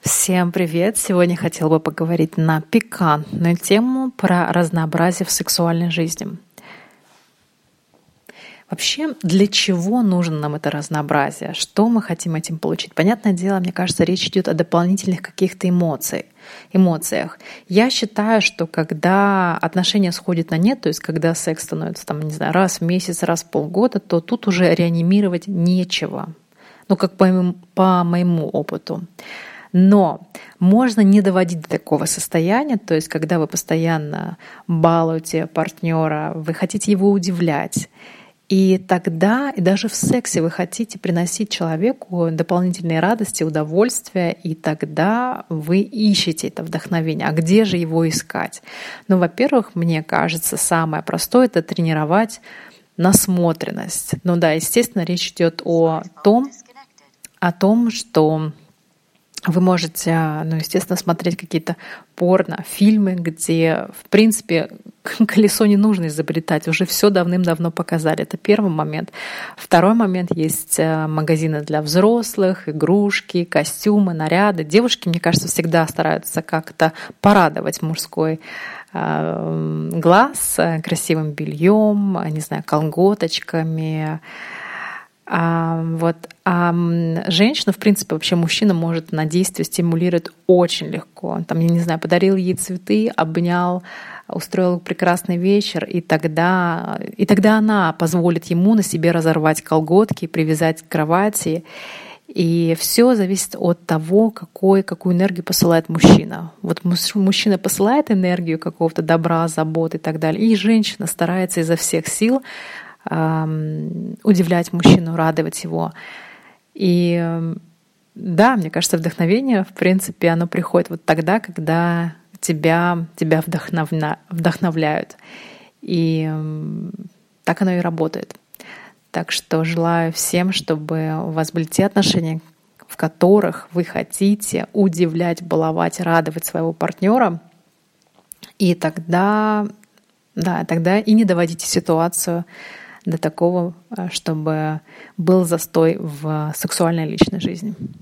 Всем привет! Сегодня хотела бы поговорить на пикантную тему про разнообразие в сексуальной жизни. Вообще, для чего нужно нам это разнообразие? Что мы хотим этим получить? Понятное дело, мне кажется, речь идет о дополнительных каких-то эмоциях. Я считаю, что когда отношения сходят на нет, то есть когда секс становится раз в месяц, раз в полгода, то тут уже реанимировать нечего. Как по моему опыту. Но можно не доводить до такого состояния, то есть когда вы постоянно балуете партнера, вы хотите его удивлять, и тогда, и даже в сексе вы хотите приносить человеку дополнительные радости, удовольствия, и тогда вы ищете это вдохновение. А где же его искать? Во-первых, мне кажется, самое простое — это тренировать насмотренность. Естественно, речь идет о том, что вы можете, естественно, смотреть какие-то порно-фильмы, где, в принципе, колесо не нужно изобретать, уже все давным-давно показали. Это первый момент. Второй момент — есть магазины для взрослых, игрушки, костюмы, наряды. Девушки, мне кажется, всегда стараются как-то порадовать мужской глаз красивым бельем, колготочками. Женщина, в принципе, вообще мужчина может на действие стимулировать очень легко. Подарил ей цветы, обнял, устроил прекрасный вечер, и тогда она позволит ему на себе разорвать колготки, привязать к кровати. И все зависит от того, какую энергию посылает мужчина. Мужчина посылает энергию какого-то добра, заботы и так далее, и женщина старается изо всех сил удивлять мужчину, радовать его. И мне кажется, вдохновение, в принципе, оно приходит вот тогда, когда тебя вдохновляют. И так оно и работает. Так что желаю всем, чтобы у вас были те отношения, в которых вы хотите удивлять, баловать, радовать своего партнера. И тогда и не доводите ситуацию до такого, чтобы был застой в сексуальной личной жизни.